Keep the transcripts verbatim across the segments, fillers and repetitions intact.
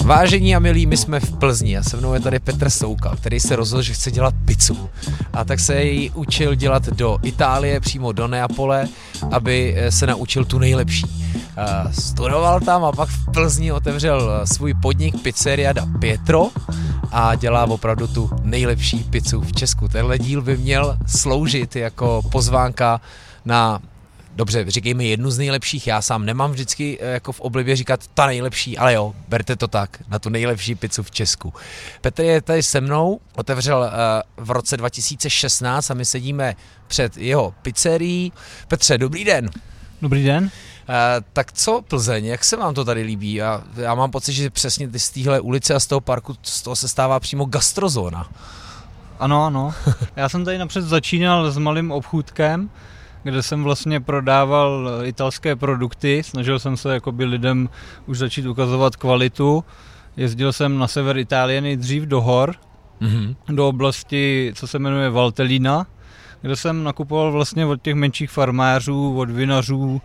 Vážení a milí, my jsme v Plzni a se mnou je tady Petr Soukal, který se rozhodl, že chce dělat pizzu. A tak se jej učil dělat do Itálie, přímo do Neapole, aby se naučil tu nejlepší. Studoval tam a pak v Plzni otevřel svůj podnik Pizzeria da Pietro a dělá opravdu tu nejlepší pizzu v Česku. Tenhle díl by měl sloužit jako pozvánka na... Dobře, říkejme jednu z nejlepších, já sám nemám vždycky jako v oblibě říkat ta nejlepší, ale jo, berte to tak, na tu nejlepší pizzu v Česku. Petr je tady se mnou, otevřel uh, v roce dva tisíce šestnáct a my sedíme před jeho pizzerií. Petře, dobrý den. Dobrý den. Uh, tak co Plzeň, jak se vám to tady líbí? Já, já mám pocit, že přesně z téhle ulice a z toho parku z toho se stává přímo gastrozóna. Ano, ano. Já jsem tady napřed začínal s malým obchůdkem, kde jsem vlastně prodával italské produkty, snažil jsem se jakoby lidem už začít ukazovat kvalitu. Jezdil jsem na sever Itálie nejdřív do hor, mm-hmm. do oblasti, co se jmenuje Valtellina, kde jsem nakupoval vlastně od těch menších farmářů, od vinařů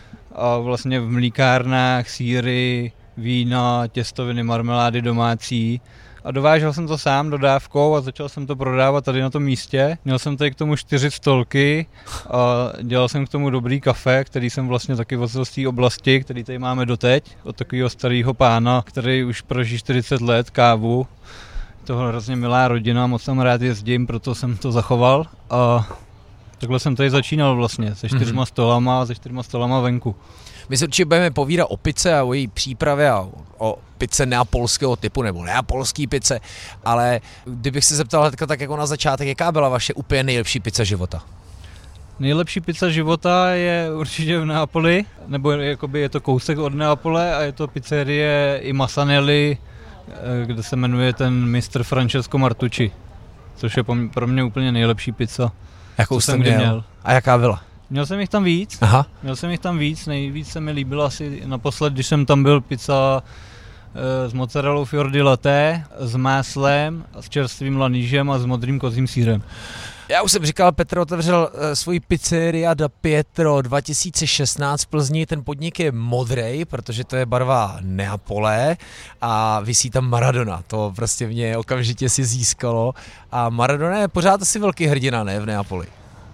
a vlastně v mlíkárnách sýry, vína, těstoviny, marmelády domácí. A dovážel jsem to sám dodávkou a začal jsem to prodávat tady na tom místě. Měl jsem tady k tomu čtyři stolky a dělal jsem k tomu dobrý kafe, který jsem vlastně taky vozil z té oblasti, který tady máme doteď, od takového starého pána, který už prožil čtyřicet let kávu. To hrozně milá rodina, moc tam rád jezdím, proto jsem to zachoval. A takhle jsem tady začínal vlastně, se čtyřma mm-hmm. stolama a se čtyřma stolama venku. My se určitě budeme povídat o pice a o její přípravě a o pice neapolského typu nebo neapolský pice, ale kdybych se zeptal tak jako na začátek, jaká byla vaše úplně nejlepší pizza života? Nejlepší pizza života je určitě v Neapoli, nebo jakoby je to kousek od Neapole a je to pizzerie i Massanelli, kde se jmenuje ten mistr Francesco Martucci, což je pro mě úplně nejlepší pizza. Jakou jsem měl? měl. A jaká byla? Měl jsem jich tam víc, Aha. měl jsem jich tam víc, nejvíc se mi líbila asi naposled, když jsem tam byl, pizza e, s mozzarellou fior di latte, s máslem, s čerstvým lanížem a s modrým kozím sýrem. Já už jsem říkal, Petr otevřel uh, svůj Pizzeria da Pietro dva tisíce šestnáct v Plzni, ten podnik je modrej, protože to je barva Neapole a visí tam Maradona, to prostě mě okamžitě si získalo a Maradona je pořád asi velký hrdina, ne, v Neapoli.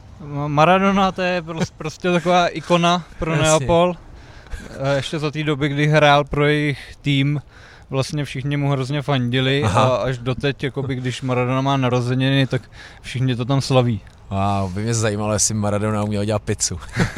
Maradona, to je prostě taková ikona pro Neapol. Ještě za té doby, kdy hrál pro jejich tým, vlastně všichni mu hrozně fandili. Aha. A až doteď, jakoby, když Maradona má narozeniny, tak všichni to tam slaví. Wow, by mě zajímalo, jestli Maradona uměl dělat pizzu.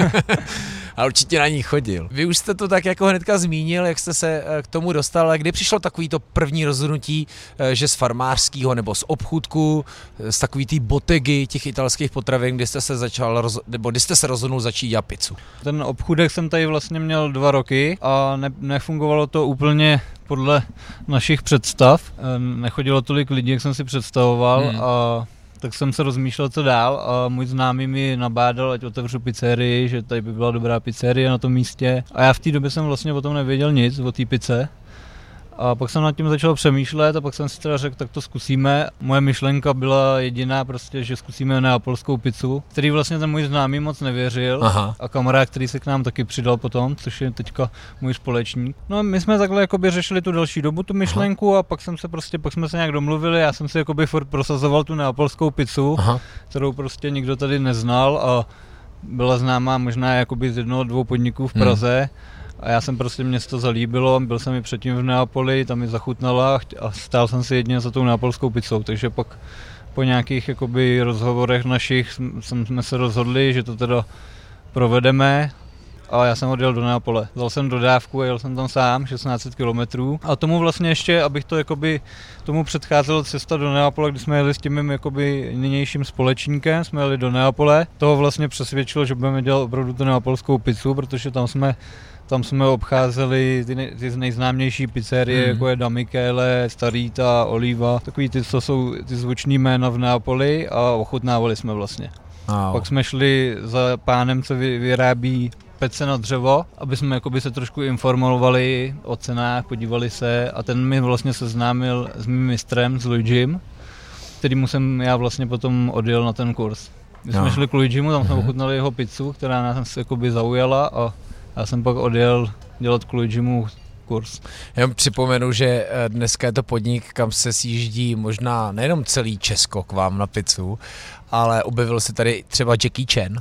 A určitě na ní chodil. Vy už jste to tak jako hnedka zmínil, jak jste se k tomu dostal, ale kdy přišlo takový to první rozhodnutí, že z farmářského nebo z obchůdku, z takový té botegy těch italských potravin, kdy jste se začal, roz... nebo kdy jste se rozhodnul začít dělat pizzu? Ten obchůdek jsem tady vlastně měl dva roky a ne, nefungovalo to úplně podle našich představ. Nechodilo tolik lidí, jak jsem si představoval hmm. a tak jsem se rozmýšlel, co dál a můj známý mi nabádal, ať otevřu pizzerii, že tady by byla dobrá pizzerie na tom místě. A já v té době jsem vlastně o tom nevěděl nic, o té pizze. A pak jsem nad tím začal přemýšlet a pak jsem si teda řekl, tak to zkusíme. Moje myšlenka byla jediná prostě, že zkusíme neapolskou pizzu, který vlastně ten můj známý moc nevěřil. Aha. A kamarád, který se k nám taky přidal potom, což je teďka můj společník. No a my jsme takhle jakoby řešili tu další dobu tu myšlenku. Aha. A pak jsem se prostě, pak jsme se nějak domluvili, já jsem si jakoby furt prosazoval tu neapolskou pizzu, aha. kterou prostě nikdo tady neznal a byla známá možná jakoby z jednoho dvou podniků v Praze. Hmm. A já jsem prostě, mě to zalíbilo, byl jsem i předtím v Neapoli, tam mi zachutnala a stál jsem si jedině za tou neapolskou pizzou, takže pak po nějakých jakoby rozhovorech našich jsme se rozhodli, že to teda provedeme a já jsem odjel do Neapole. Vzal jsem dodávku a jel jsem tam sám, šestnáct set kilometrů a tomu vlastně ještě, abych to jakoby, tomu předcházela cesta do Neapole, kdy jsme jeli s tím jakoby nynějším společníkem, jsme jeli do Neapole, toho vlastně přesvědčilo, že budeme dělat opravdu tu neapolskou pizzu, protože tam jsme Tam jsme obcházeli ty, nej, ty nejznámější pizzerie, hmm. jako je Da Michele, Starita, Oliva, takový ty, co jsou ty zvučný jména v Neapoli a ochutnávali jsme vlastně. Wow. Pak jsme šli za pánem, co vy, vyrábí pece na dřevo, aby jsme jakoby se trošku informovali o cenách, podívali se a ten mi vlastně seznámil s mým mistrem, s Luigim, kterýmu jsem já vlastně potom odjel na ten kurz. My jsme no. šli k Luigimu, tam jsme ochutnali jeho pizzu, která nás jakoby zaujala a já jsem pak odjel dělat k Luigimu kurz. Jenom připomenu, že dneska je to podnik, kam se sjíždí možná nejenom celý Česko k vám na pizzu, ale objevil se tady třeba Jackie Chan,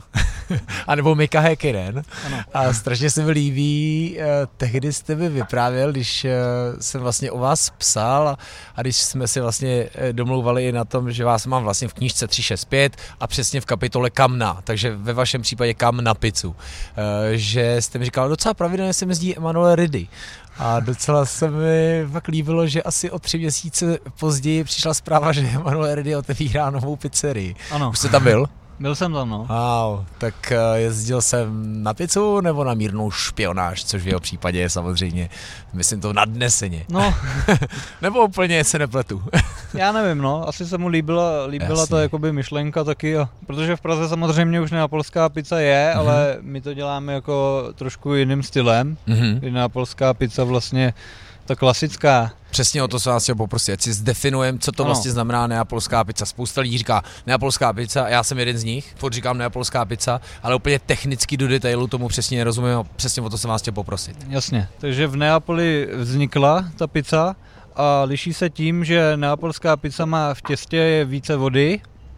anebo Mika Häkkinen. A strašně se mi líbí, eh, tehdy jste mi vyprávěl, když eh, jsem vlastně o vás psal a, a když jsme si vlastně eh, domlouvali i na tom, že vás mám vlastně v knížce tři šest pět a přesně v kapitole kam na, takže ve vašem případě kam na pizzu. Eh, že jste mi říkal, docela pravidelně se mi zdí Emanuele Riddy. A docela se mi fakt líbilo, že asi o tři měsíce později přišla zpráva, že Emanuele Riddy otevírá novou pizzerii. Ano. Už jste tam byl? Byl jsem tam, no. Wow, tak jezdil jsem na pizzu nebo na mírnou špionáž, což v jeho případě je samozřejmě, myslím to nadneseně. No. Nebo úplně se nepletu. Já nevím, no, asi se mu líbila, líbila ta jakoby myšlenka taky, a, protože v Praze samozřejmě už neapolská pizza je, mm-hmm. ale my to děláme jako trošku jiným stylem, mm-hmm. kdy neapolská pizza vlastně ta klasická. Přesně o to se vás chtěl poprosit, ať si zdefinujeme, co to ano. vlastně znamená neapolská pizza. Spousta lidí říká neapolská pizza, já jsem jeden z nich, furt říkám neapolská pizza, ale úplně technicky do detailu tomu přesně nerozumím a přesně o to se vás chtěl poprosit. Jasně, takže v Neapoli vznikla ta pizza a liší se tím, že neapolská pizza má v těstě více vody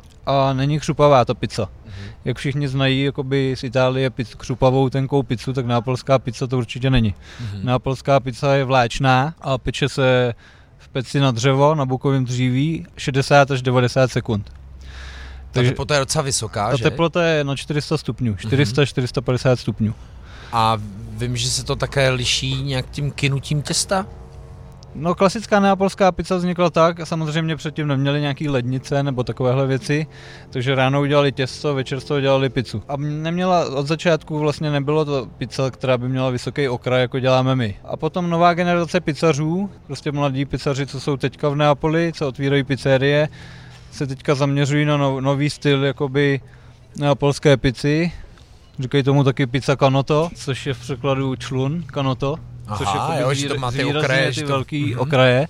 a není křupavá ta pizza. Mm-hmm. Jak všichni znají jakoby z Itálie piz, křupavou tenkou pizzu, tak neapolská pizza to určitě není. Mm-hmm. Neapolská pizza je vláčná a peče se v peci na dřevo, na bukovém dříví šedesát až devadesát sekund. Takže ta teplota je docela vysoká, ta že? Ta teplota je na čtyři sta stupňů, čtyři sta až čtyři sta padesát stupňů. A vím, že se to také liší nějak tím kynutím těsta? No, klasická neapolská pizza vznikla tak, samozřejmě předtím neměli nějaký lednice nebo takovéhle věci, takže ráno udělali těsto, večer z toho dělali pizzu. A neměla, od začátku vlastně nebylo to pizza, která by měla vysoký okraj, jako děláme my. A potom nová generace pizzařů, prostě mladí pizzaři, co jsou teďka v Neapoli, co otvírají pizzerie, se teďka zaměřují na nov, nový styl jakoby neapolské pizzy. Říkají tomu taky pizza canotto, což je v překladu člun, canotto. Aha, což je jo, že to má ty okraje, ty to... velký mm-hmm. okraje.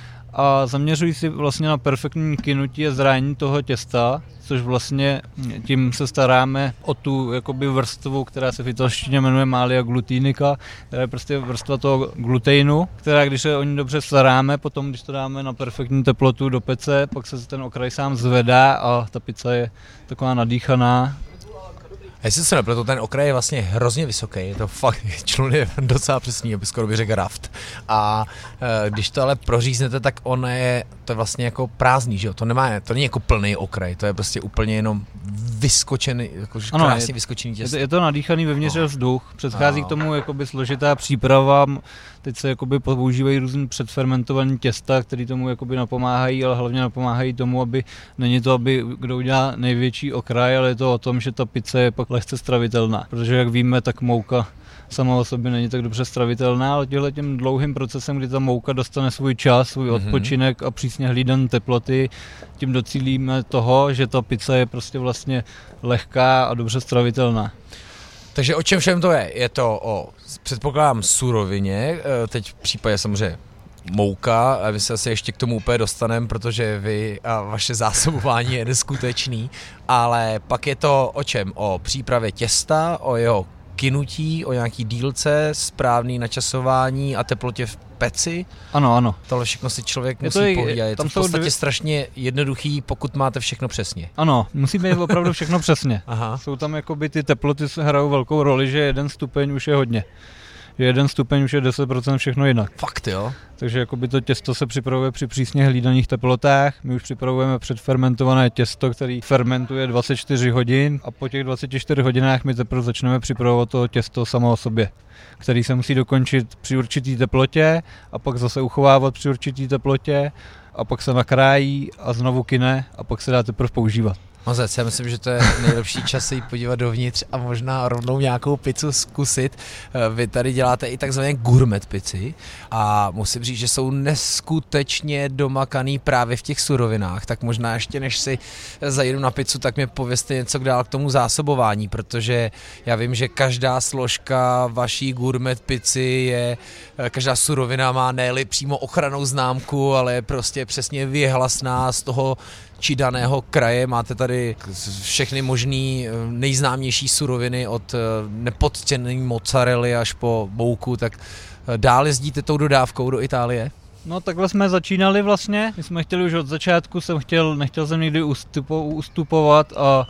A zaměřují si vlastně na perfektní kynutí a zrání toho těsta, což vlastně tím se staráme o tu jakoby vrstvu, která se v italštině jmenuje malia glutinica, která je prostě vrstva toho gluteinu, která když se o ní dobře staráme, potom když to dáme na perfektní teplotu do pece, pak se ten okraj sám zvedá a ta pizza je taková nadýchaná. A jestli se nepletu, ten okraj je vlastně hrozně vysoký, je to fakt, člun je docela přesný, aby skoro bych řekl raft. A e, když to ale proříznete, tak on je, to je vlastně jako prázdný, že jo, to nemá, to není jako plný okraj, to je prostě úplně jenom vyskočený, jako ano, krásně je, vyskočený těsto. Je to, je to nadýchaný vevnitř no. vzduch, předchází no. k tomu jakoby složitá příprava, teď se jakoby používají různý předfermentované těsta, které tomu jakoby napomáhají, ale hlavně napomáhají tomu, aby není to, aby kdo udělá největší okraj, ale je to o tom, že ta pizza je pak lehce stravitelná, protože jak víme, tak mouka sama o sobě není tak dobře stravitelná, ale tímhle tím dlouhým procesem, kdy ta mouka dostane svůj čas, svůj odpočinek a přísně hlídané teploty, tím docílíme toho, že ta pizza je prostě vlastně lehká a dobře stravitelná. Takže o čem všem to je? Je to o, předpokládám, surovině, teď v případě samozřejmě mouka, a my se asi ještě k tomu úplně dostaneme, protože vy a vaše zásobování je neskutečný, ale pak je to o čem? O přípravě těsta, o jeho kynutí, o nějaký dílce, správný načasování a teplotě v peci. Ano, ano. Tohle všechno si člověk je musí to, pohlídat. Je to v podstatě dvě... strašně jednoduchý, pokud máte všechno přesně. Ano, musí být opravdu všechno přesně. Aha. Jsou tam jakoby ty teploty hrajou velkou roli, že jeden stupeň už je hodně. Že jeden stupeň už je deset procent všechno jinak. Fakt jo? Takže jakoby to těsto se připravuje při přísně hlídaných teplotách. My už připravujeme předfermentované těsto, který fermentuje dvacet čtyři hodin a po těch dvaceti čtyřech hodinách my teprve začneme připravovat to těsto samo o sobě, který se musí dokončit při určitý teplotě a pak zase uchovávat při určitý teplotě a pak se nakrájí a znovu kyne a pak se dá teprve používat. Mazec, já myslím, že to je nejlepší čas se jít podívat dovnitř a možná rovnou nějakou pizzu zkusit. Vy tady děláte i takzvané gourmet pici a musím říct, že jsou neskutečně domakaný právě v těch surovinách, tak možná ještě než si zajedu na pizzu, tak mi povězte něco dál k tomu zásobování, protože já vím, že každá složka vaší gourmet pici je, každá surovina má ne-li přímo ochrannou známku, ale je prostě přesně věhlasná z toho či daného kraje. Máte tady všechny možný nejznámější suroviny od nepodceněné mozzarelly až po mouku, tak dál jezdíte tou dodávkou do Itálie? No takhle jsme začínali vlastně, my jsme chtěli už od začátku, jsem chtěl, nechtěl jsem nikdy ustupo, ustupovat a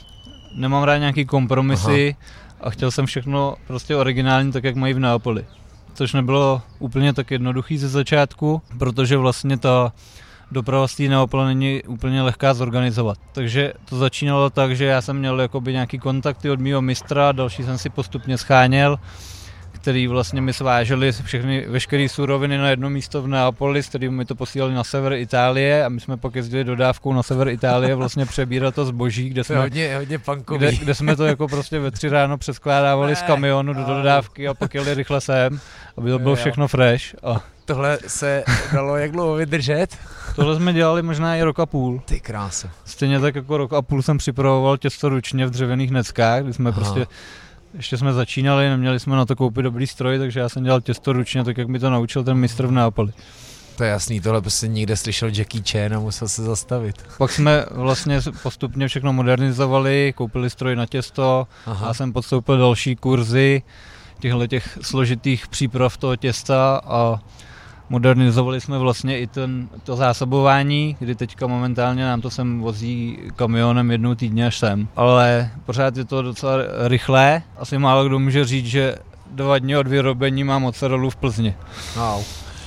nemám rád nějaký kompromisy. Aha. A chtěl jsem všechno prostě originální, tak jak mají v Neapoli. Což nebylo úplně tak jednoduchý ze začátku, protože vlastně ta doprava z té Neapole není úplně lehká zorganizovat. Takže to začínalo tak, že já jsem měl jakoby nějaký kontakty od mýho mistra, další jsem si postupně scháněl, který vlastně mi sváželi všechny veškeré suroviny na jedno místo v Neapoli, s kterým mi to posílali na sever Itálie a my jsme pak jezdili dodávkou na sever Itálie vlastně přebírat to zboží, kde jsme, hodně, hodně kde, kde jsme to jako prostě ve tři ráno přeskládávali z kamionu do dodávky a pak jeli rychle sem, aby to bylo všechno fresh. A tohle se dalo jak dlouho vydržet? Tohle jsme dělali možná i rok a půl. Ty krása. Stejně tak jako rok a půl jsem připravoval těsto ručně v dřevěných neckách, kdy jsme Aha. prostě ještě jsme začínali, neměli jsme na to koupit dobrý stroj, takže já jsem dělal těsto ručně, tak jak mi to naučil ten mistr v Neapoli. To je jasný, tohle prostě někde slyšel Jackie Chan a musel se zastavit. Pak jsme vlastně postupně všechno modernizovali, koupili stroj na těsto Aha. a jsem podstoupil další kurzy těchto těch složitých příprav toho těsta a modernizovali jsme vlastně i ten, to zásobování, kdy teďka momentálně nám to sem vozí kamionem jednou týdně až sem. Ale pořád je to docela rychlé. Asi málo kdo může říct, že dva dny od vyrobení má mozzarellu v Plzni. Wow.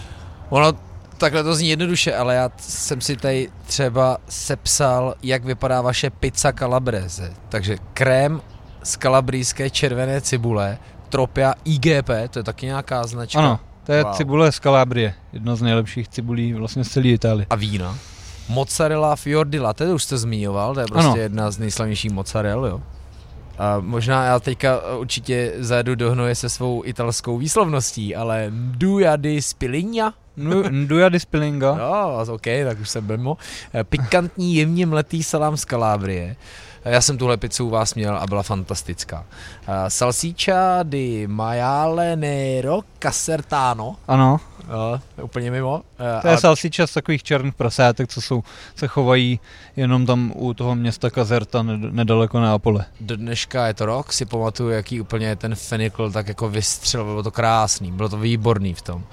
Ono takhle to zní jednoduše, ale já jsem si tady třeba sepsal, jak vypadá vaše pizza calabrese. Takže krém z kalabrijské červené cibule, Tropia I G P, to je taky nějaká značka. Ano. To je wow. Cibule z Calabrie, jedna z nejlepších cibulí vlastně z celé Itálie. A vína? Mozzarella Fior di Latte, to už jste zmiňoval, to je prostě ano. jedna z nejslavnějších mozzarell, jo. A možná já teďka určitě zajedu do hnoje se svou italskou výslovností, ale Nduja di Spilligna? Nduja di Spillinga. Jo, ok, tak už jsem mimo. Pikantní, jemně mletý salám z Calabrie. Já jsem tuhle pizzu u vás měl a byla fantastická. Salsiccia di maiale nero casertano. Ano. Jo, úplně mimo. To je salsiccia z takových černých prasátek, co jsou, se chovají jenom tam u toho města Caserta nedaleko Neapole. Do dneška je to rok, si pamatuju, jaký úplně ten fenikl tak jako vystřelil, bylo to krásný, bylo to výborný v tom.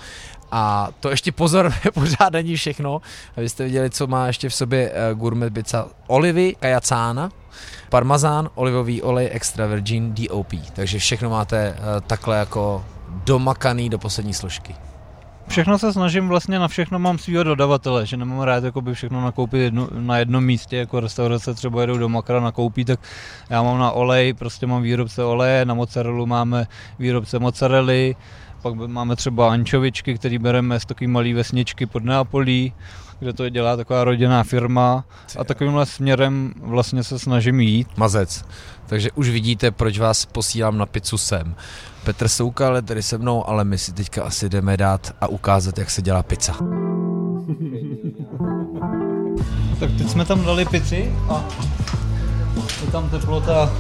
A to ještě pozor, pořád není všechno, abyste viděli, co má ještě v sobě gourmet pizza. Olivy, kajacána, parmazán, olivový olej, extra virgin, D O P. Takže všechno máte takhle jako domakaný do poslední složky. Všechno se snažím, vlastně na všechno mám svýho dodavatele, že nemám rád jakoby všechno nakoupit jedno, na jednom místě, jako restaurace třeba jedou do Makra nakoupí, tak já mám na olej, prostě mám výrobce oleje, na mozzarellu máme výrobce mozzarelly, pak máme třeba ančovičky, který bereme z takový malý vesničky pod Neapolí, kde to dělá taková rodinná firma a takovýmhle směrem vlastně se snažím jít. Mazec. Takže už vidíte, proč vás posílám na pizzu sem. Petr Soukal je tady se mnou, ale my si teďka asi jdeme dát a ukázat, jak se dělá pizza. Tak teď jsme tam dali pizzi a je tam teplota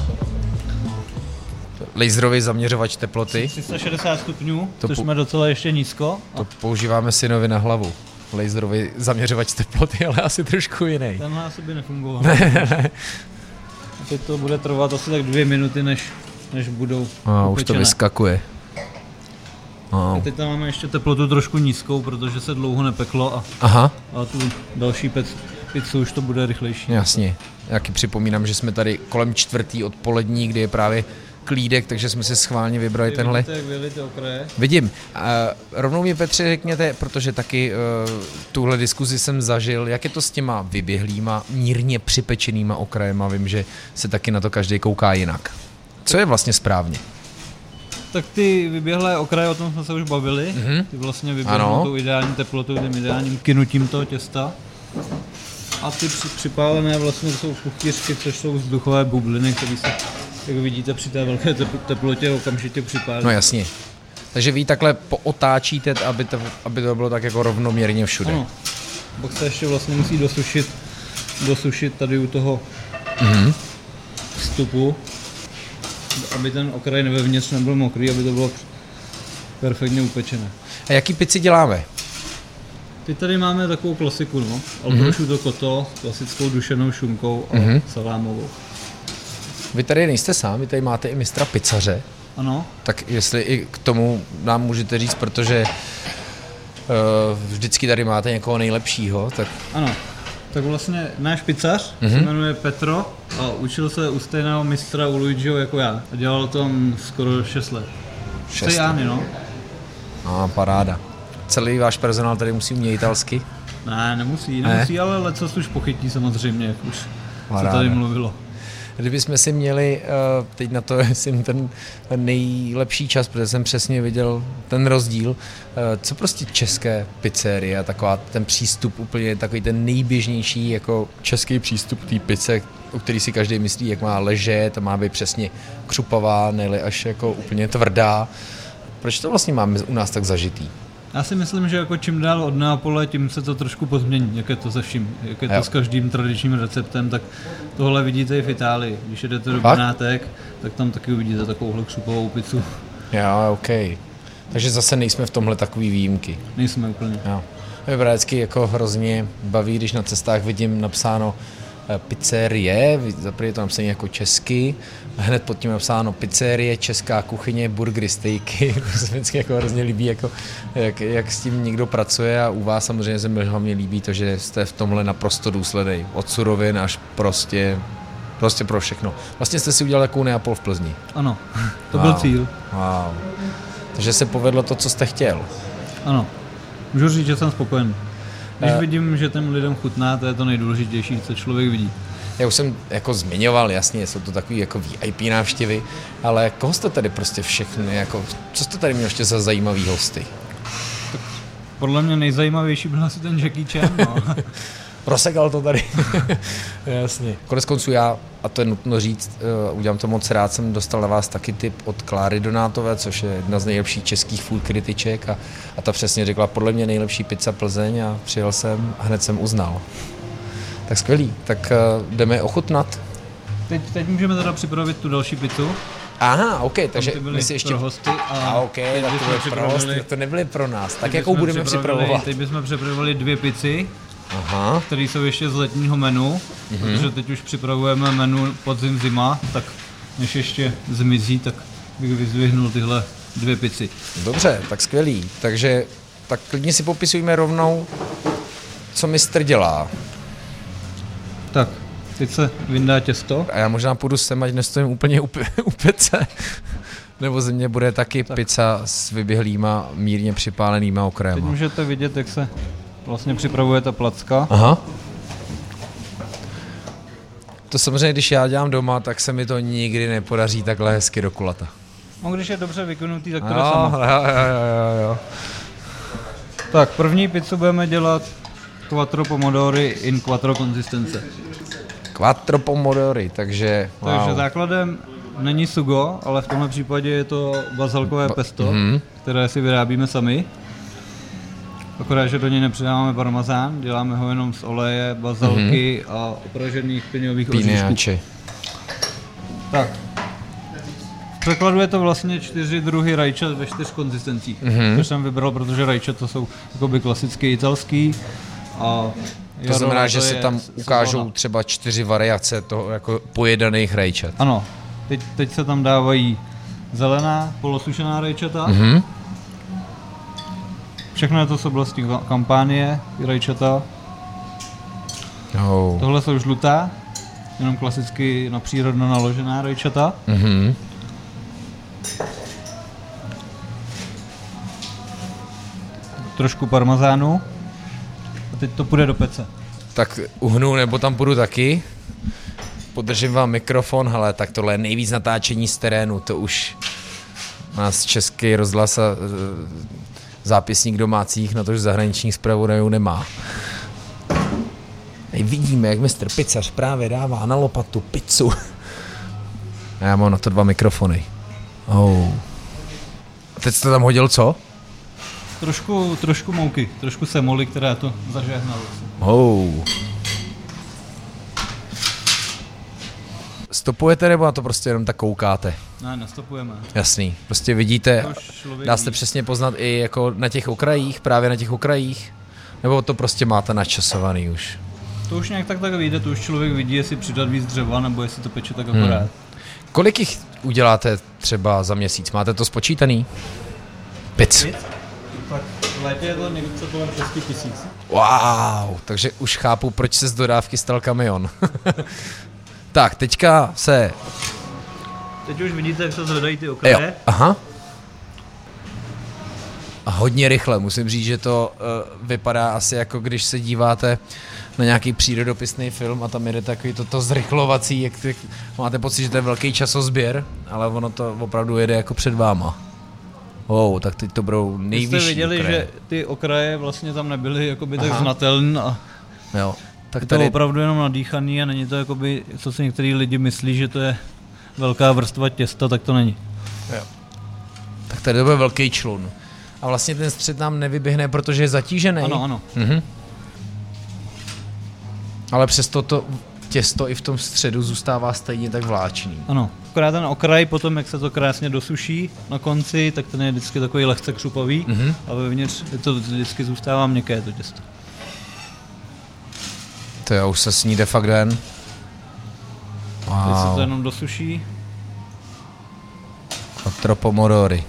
laserový zaměřovač teploty. tři sta šedesát stupňů, to což po... jsme docela ještě nízko. To používáme synovi na hlavu. Laserový zaměřovač teploty, ale asi trošku jiný. Tenhle asi by nefungoval. Teď to bude trvat asi tak dvě minuty, než, než budou A už to vyskakuje. A teď tam máme ještě teplotu trošku nízkou, protože se dlouho nepeklo a, Aha. a tu další pec, pizzu už to bude rychlejší. Jasně. Já připomínám, že jsme tady kolem čtvrtý odpolední, kdy je právě klídek, takže jsme si schválně vybrali Ty tenhle. Vidíte, jak vyjeli ty okraje? Vidím. Uh, rovnou mi, Petře, řekněte, protože taky uh, tuhle diskuzi jsem zažil, jak je to s těma vyběhlýma, mírně připečenýma okrajema. Vím, že se taky na to každý kouká jinak. Co je vlastně správně? Tak ty vyběhlé okraje, o tom jsme se už bavili. Mm-hmm. Ty vlastně vyběhnou tou ideální teplotou, tím ideálním kynutím toho těsta. A ty připálené vlastně jsou kuchýřky, což jsou vzduchové bubliny, které se, jak vidíte, při té velké teplotě okamžitě připálí. No jasně. Takže vy takhle pootáčíte, aby to, aby to bylo tak jako rovnoměrně všude. Ano. Pak se ještě vlastně musí dosušit, dosušit tady u toho mm-hmm. vstupu, aby ten okraj vevnitř nebyl mokrý, aby to bylo perfektně upečené. A jaký pizzy děláme? Teď tady máme takovou klasiku, no. Alprosciutto mm-hmm. cotto, klasickou dušenou šunkou a mm-hmm. salámovou. Vy tady nejste sám, vy tady máte i mistra pizzaře. Ano. Tak jestli i k tomu nám můžete říct, protože uh, vždycky tady máte někoho nejlepšího, tak... Ano. Tak vlastně náš pizzař mm-hmm. se jmenuje Petro a učil se u stejného mistra u Luigiho jako já. A dělal tam skoro šest let. šest Jány, no. A paráda. Celý váš personál tady musí umět italsky? Ne, nemusí, nemusí, ne? Ale lecos už pochytí samozřejmě, jak už paráda. Se tady mluvilo. Kdybychom si měli uh, teď na to, jestli ten nejlepší čas, protože jsem přesně viděl ten rozdíl, uh, co prostě české pizzerie, taková ten přístup úplně takový ten nejběžnější jako český přístup té pizze, o který si každý myslí, jak má ležet a má být přesně křupavá, ne až jako úplně tvrdá. Proč to vlastně máme u nás tak zažitý? Já si myslím, že jako čím dál od Neapole, tím se to trošku pozmění, jak je to se vším, jak je to jo. S každým tradičním receptem, tak tohle vidíte i v Itálii. Když jdete do Benátek, tak tam taky uvidíte takovouhle křupovou pizzu. Jo, OK. Takže zase nejsme v tomhle takový výjimky. Nejsme úplně. Jo. Mě vždycky jako hrozně baví, když na cestách vidím napsáno pizzerie, zaprvé je to napsané jako česky, hned pod tím napsáno pizzerie, česká kuchyně, burgery, stejky. To se vždycky jako hrozně líbí, jako, jak, jak s tím někdo pracuje a u vás samozřejmě se mi hlavně líbí to, že jste v tomhle naprosto důsledný. Od surovin až prostě, prostě pro všechno. Vlastně jste si udělal takovou Neapol v Plzni. Ano, to wow. byl cíl. Wow. Takže se povedlo to, co jste chtěl. Ano, můžu říct, že jsem spokojen. Když uh, vidím, že těm lidem chutná, to je to nejdůležitější, co člověk vidí. Já už jsem jako zmiňoval, jasně, jsou to takový jako V I P návštěvy, ale koho jste tady prostě všechny, jako, co jste tady měl ještě za zajímavý hosty? Tak podle mě nejzajímavější byl asi ten Jackie Chan, no. Prosekal to tady. Jasně. Konec konců já, a to je nutno říct, uh, udělám to moc rád, jsem dostal na vás taky tip od Kláry Donátové, což je jedna z nejlepších českých food kritiček a, a ta přesně řekla, podle mě nejlepší pizza Plzeň a přijel jsem a hned jsem uznal. Tak skvělý, tak uh, jdeme ochutnat. Teď, teď můžeme teda připravit tu další pizzu. Aha, OK, takže my si ještě... pro hosty a, a OK, tak to byly pro hosty, to nebyly pro nás. Tak jakou budeme připravovat? Teď bychom připravili dvě pici. Aha. Které jsou ještě z letního menu, mm-hmm. protože teď už připravujeme menu podzim zima, tak než ještě zmizí, tak bych vyzvihnul tyhle dvě pici. Dobře, tak skvělý. Takže tak klidně si popisujeme rovnou, co mistr dělá. Tak, teď se vyndá těsto. A já možná půjdu sem, ať nestojím úplně u, u pece. Nebo ze mě bude taky tak. Pizza s vyběhlýma, mírně připálenýma okrajema. Teď můžete vidět, jak se vlastně připravuje ta placka. Aha. To samozřejmě, když já dělám doma, tak se mi to nikdy nepodaří takhle hezky do kulata. No, když je dobře vykonutý, tak to jo, jde samo. Jo, jo, jo, jo. Tak, první pizzu budeme dělat quattro pomodory in quattro konzistence. Quattro pomodory, takže wow. Takže základem není sugo, ale v tomhle případě je to bazalkové pesto, mm-hmm. které si vyrábíme sami. Akorát, že do něj nepřidáváme parmazán, děláme ho jenom z oleje, bazalky mm-hmm. a opražených piňových oříšků. Tak. V překladu je to vlastně čtyři druhy rajčat ve čtyř konzistencích. Mm-hmm. Což jsem vybral, protože rajčata to jsou jakoby klasicky italský. A to znamená, to že se tam ukážou sezóna. Třeba čtyři variace toho jako pojedaných rajčat. Ano. Teď, teď se tam dávají zelená, polosušená rajčata. Mm-hmm. Všechno je to z oblasti kampánie, rajčata. Oh. Tohle jsou žlutá, jenom klasicky na přírodno naložená rajčata. Mm-hmm. Trošku parmazánu. A teď to půjde do pece. Tak uhnu, nebo tam půjdu taky. Podržím vám mikrofon, hele, tak tohle je nejvíc natáčení z terénu, to už nás Český rozhlas a zápisník domácích, na to, že zahraničních zpravodajů nemá. Tady vidíme, jak mistr pizzař právě dává na lopatu pizzu. A já mám na to dva mikrofony. Oh. A teď jste tam hodil co? Trošku, trošku mouky, trošku semoli, která to zažehnala. Oh. Stopujete, nebo na to prostě jenom tak koukáte? Ne, nestopujeme. Jasný, prostě vidíte, dá se ví. přesně poznat i jako na těch okrajích, právě na těch okrajích. Nebo to prostě máte načasovaný už? To už nějak tak tak vyjde, to už člověk vidí, jestli přidat víc dřeva, nebo jestli to peče tak akorát. Hmm. Kolik jich uděláte třeba za měsíc? Máte to spočítaný? Pic. Tak v létě je to někde kolem šest tisíc. Wow, takže už chápu, proč se z dodávky stal kamion. Tak, teďka se... Teď už vidíte, jak se zvedají ty okraje. Jo, aha. A hodně rychle, musím říct, že to uh, vypadá asi jako když se díváte na nějaký přírodopisný film a tam jede takový toto zrychlovací, jak ty, máte pocit, že to je velký časozběr, ale ono to opravdu jede jako před váma. Wow, tak teď to budou nejvyšší okraje. Jste viděli, okraje. Že ty okraje vlastně tam nebyly jakoby tak znatelné a jo, tak je tady... to opravdu jenom nadýchaný a není to jakoby, co si některý lidi myslí, že to je velká vrstva těsta, tak to není. Jo. Tak tady to bude velký člun. A vlastně ten střed nám nevyběhne, protože je zatížený. Ano, ano. Mhm. Ale přesto to těsto i v tom středu zůstává stejně tak vláčný. Ano. Akorát ten okraj potom, jak se to krásně dosuší na konci, tak ten je vždycky takový lehce křupový, mm-hmm. a vevnitř to vždycky zůstává měkké to těsto. To jo, už se sníde fakt den. Wow. Teď se to jenom dosuší. Quattro pomodory.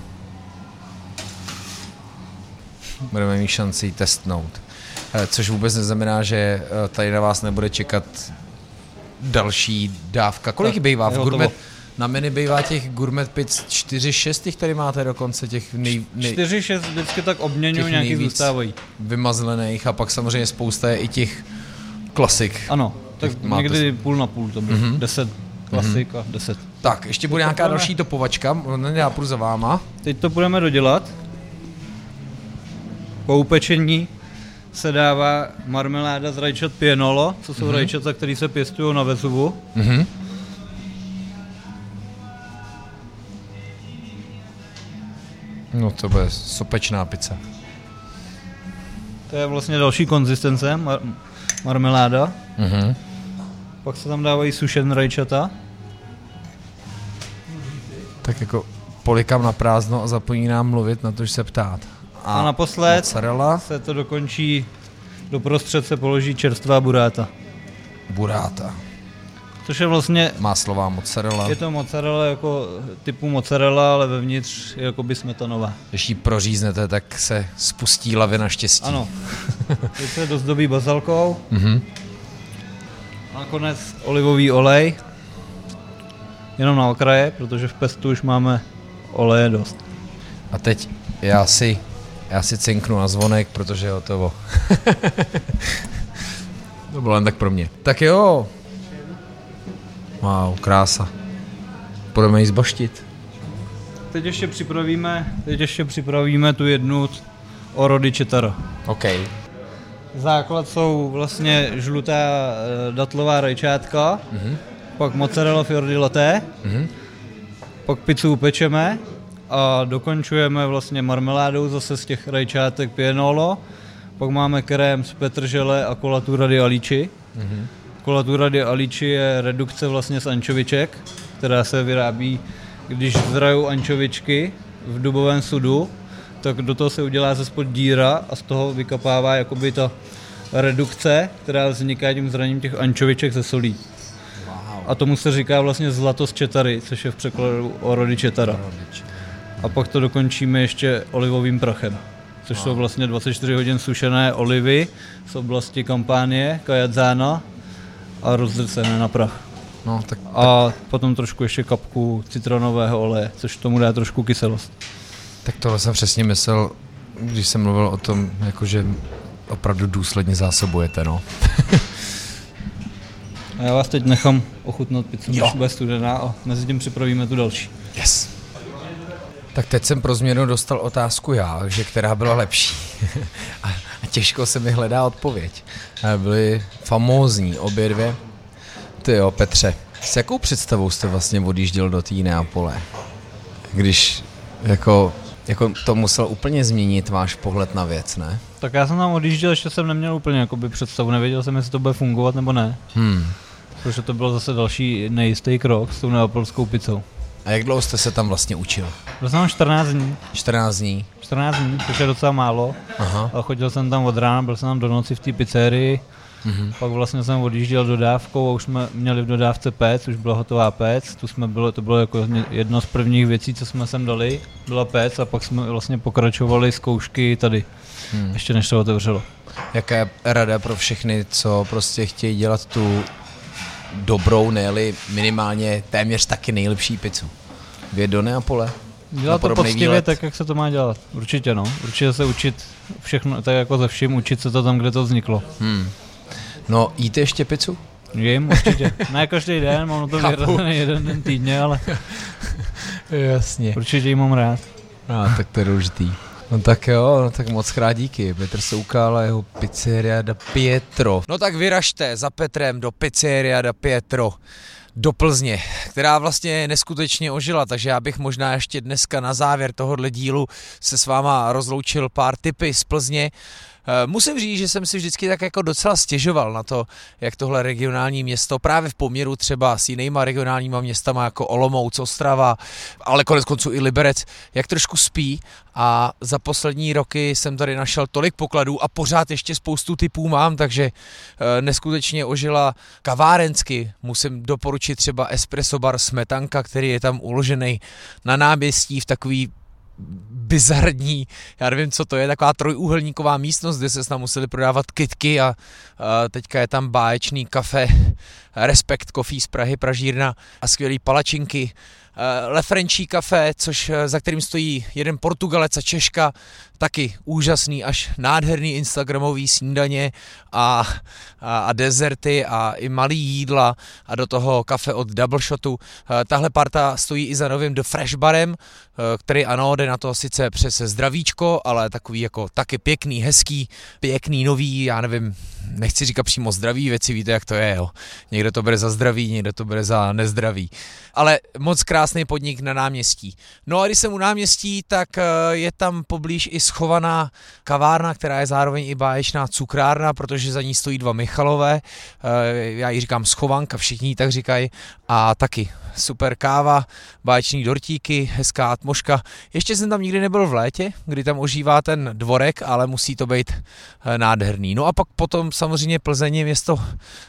Budeme mít šanci testnout. Což vůbec neznamená, že tady na vás nebude čekat další dávka. Kolik tak, bývá v gourmet? Na menu bývá těch gourmet pic čtyři šest, těch tady máte dokonce těch nej... nej čtyři šest vždycky tak obměňují, nějaký zůstávají. Vymazlených a pak samozřejmě spousta je i těch klasik. Ano, tak někdy půl na půl to bude. Mm-hmm. deset klasik mm-hmm. a deset. Tak, ještě bude nějaká další topovačka, já půjdu za váma. Teď to budeme dodělat. Po upečení se dává marmeláda z rajčat pienolo, co jsou mm-hmm. rajčata, které se pěstují na Vezuvu. Mm-hmm. No to bude sopečná pizza. To je vlastně další konzistence, mar- marmeláda. Mm-hmm. Pak se tam dávají sušené rajčata. Tak jako polikám na prázdno a zapomínám mluvit, na to, že se ptát. A, a naposled mozzarella. Se to dokončí, doprostřed se položí čerstvá buráta. Buráta. Což je vlastně... Máslová mozzarella. Je to mozzarella jako typu mozzarella, ale vevnitř je jakoby smetanová. Když ji proříznete, tak se spustí lavina štěstí. Ano. Teď se dozdobí bazalkou. Mm-hmm. A nakonec olivový olej. Jenom na okraje, protože v pestu už máme oleje dost. A teď já si, já si cinknu na zvonek, protože je hotovo. To bylo jen tak pro mě. Tak jo. Wow, krása. Budeme ji zbaštit. Teď ještě připravíme, teď ještě připravíme tu jednu orody četara. OK. Základ jsou vlastně žlutá datlová rajčátka, mm-hmm. pak mozzarella fior di latte, mm-hmm. pak pizzu upečeme a dokončujeme vlastně marmeládou zase z těch rajčátek pienolo, pak máme krém z petržele a colatura di alici. Mm-hmm. Colatura di alici je redukce vlastně z ančoviček, která se vyrábí, když zrajou ančovičky v dubovém sudu, tak do toho se udělá zespod díra a z toho vykapává jakoby ta redukce, která vzniká tím zraním těch ančoviček ze solí. Wow. A tomu se říká vlastně zlato z četary, což je v překladu orody četara. A pak to dokončíme ještě olivovým prachem, což wow. jsou vlastně dvacet čtyři hodin sušené olivy z oblasti Kampánie, Cajazzana a rozdrcené na prach. No, tak, a tak. Potom trošku ještě kapku citronového oleje, což tomu dá trošku kyselost. Tak tohle jsem přesně myslel, když jsem mluvil o tom, jakože opravdu důsledně zásobujete, no. A já vás teď nechám ochutnat pizzu, když bude studená a mezi tím připravíme tu další. Yes. Tak teď jsem pro změnu dostal otázku já, že která byla lepší. a, a těžko se mi hledá odpověď. Byly famózní obě dvě. Ty jo, Petře, s jakou představou jste vlastně odjížděl do té Neapole? Když jako, jako to musel úplně změnit váš pohled na věc, ne? Tak já jsem tam odjížděl, ještě jsem neměl úplně jakoby představu, nevěděl jsem, jestli to bude fungovat nebo ne. Hmm. Protože to byl zase další nejistý krok s tou neapolskou pizzou. A jak dlouho jste se tam vlastně učil? Byl jsem čtrnáct dní. čtrnáct dní? čtrnáct dní, což je docela málo. Aha. A chodil jsem tam od rána, byl jsem tam do noci v té pizzerii. Mm-hmm. Pak vlastně jsem odjížděl dodávkou a už jsme měli v dodávce péc, už byla hotová péc. Tu jsme bylo, to bylo jako jedno z prvních věcí, co jsme sem dali, byla péc a pak jsme vlastně pokračovali zkoušky tady, hmm. ještě než to otevřelo. Jaká je rada pro všechny, co prostě chtějí dělat tu dobrou, ne-li minimálně téměř taky nejlepší pizzu? Vyjet do Neapole? Dělat to poctivě tak, jak se to má dělat. Určitě no, určitě se učit všechno, tak jako ze vším, učit se to tam, kde to vzniklo. Hmm. No, jíte ještě pizzu? Jím, určitě. Ne každý den, mám to vyhrazený jeden den týdně, ale jasně. Určitě ji mám rád. No, tak to je důležitý. No tak jo, no tak moc krát díky. Petr Soukal a jeho Pizzeria da Pietro. No tak vyražte za Petrem do Pizzeria da Pietro do Plzně, která vlastně neskutečně ožila, takže já bych možná ještě dneska na závěr tohohle dílu se s váma rozloučil pár tipy z Plzně. Musím říct, že jsem si vždycky tak jako docela stěžoval na to, jak tohle regionální město právě v poměru třeba s jinýma regionálníma městama jako Olomouc, Ostrava, ale konec konců i Liberec, jak trošku spí a za poslední roky jsem tady našel tolik pokladů a pořád ještě spoustu typů mám, takže neskutečně ožila kavárensky. Musím doporučit třeba espresso bar Smetanka, který je tam uložený na náměstí v takový bizarní, já nevím, co to je, taková trojúhelníková místnost, kde se snad museli prodávat kytky a, a teďka je tam báječný kafe Respekt Coffee z Prahy, pražírna a skvělý palačinky. Le Frenchí kafe, což za kterým stojí jeden Portugalec a Češka, taky úžasný až nádherný instagramový snídaně a, a, a dezerty a i malý jídla a do toho kafe od Double Shotu. Tahle parta stojí i za novým The Fresh barem, který ano, jde na to sice přes zdravíčko, ale takový jako taky pěkný, hezký, pěkný, nový, já nevím, nechci říkat přímo zdravý věci, víte jak to je, jo. Někdo to bere za zdravý, někdo to bere za nezdravý. Ale moc krásný podnik na náměstí. No a když jsem u náměstí, tak je tam poblíž i schovaná kavárna, která je zároveň i báječná cukrárna, protože za ní stojí dva Michalové. Já jí říkám schovanka, všichni tak říkají. A taky super káva, báječní dortíky, hezká atmoška. Ještě jsem tam nikdy nebyl v létě, kdy tam ožívá ten dvorek, ale musí to být nádherný. No a pak potom samozřejmě Plzeň je město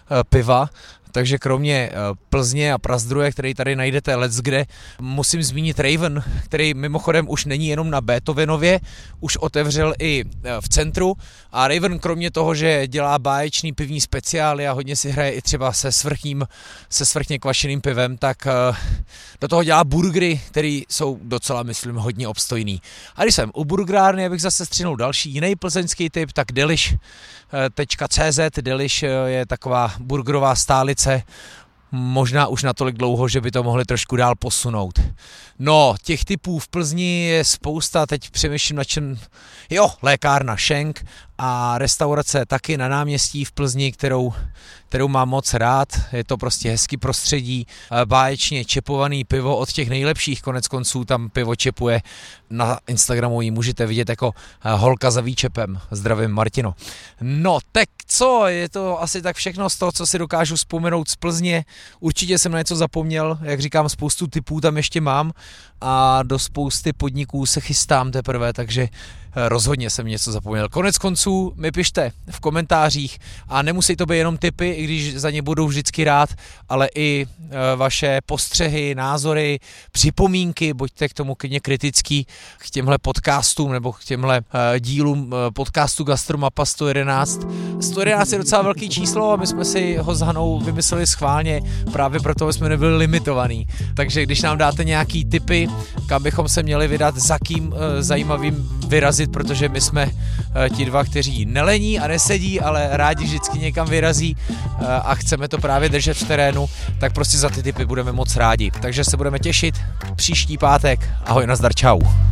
piva, takže kromě Plzně a Prazdroje, který tady najdete leckde, musím zmínit Raven, který mimochodem už není jenom na Beethovenově, už otevřel i v centru a Raven kromě toho, že dělá báječný pivní speciály a hodně si hraje i třeba se svrchním, se svrchně kvašeným pivem, tak do toho dělá burgery, který jsou docela, myslím, hodně obstojný. A když jsem u burgerárny, abych zase střihnul další jiný plzeňský typ, tak delish tečka cé zet. Delish je taková burgerová stálice, možná už natolik dlouho, že by to mohli trošku dál posunout. No, těch typů v Plzni je spousta, teď přemýšlím na čem, jo, lékárna Schenk a restaurace taky na náměstí v Plzni, kterou, kterou mám moc rád, je to prostě hezký prostředí, báječně čepovaný pivo od těch nejlepších, konec konců tam pivo čepuje, na Instagramu ji můžete vidět jako holka za výčepem, zdravím Martino. No, tak co, je to asi tak všechno z toho, co si dokážu vzpomenout z Plzně, určitě jsem na něco zapomněl, jak říkám, spoustu typů tam ještě mám a do spousty podniků se chystám teprve, takže rozhodně jsem něco zapomněl. Konec konců mi pište v komentářích a nemusí to být jenom tipy, i když za ně budu vždycky rád, ale i vaše postřehy, názory, připomínky, buďte k tomu klidně kritický, k těmhle podcastům nebo k těmhle dílům podcastu Gastromapa sto jedenáct. sto jedenáct je docela velký číslo a my jsme si ho s Hanou vymysleli schválně, právě proto jsme nebyli limitovaný. Takže když nám dáte nějaký tipy, kam bychom se měli vydat, za kým zajímavým vyrazit, protože my jsme ti dva, kteří nelení a nesedí, ale rádi vždycky někam vyrazí a chceme to právě držet v terénu, tak prostě za ty tipy budeme moc rádi. Takže se budeme těšit příští pátek. Ahoj, nazdar, čau.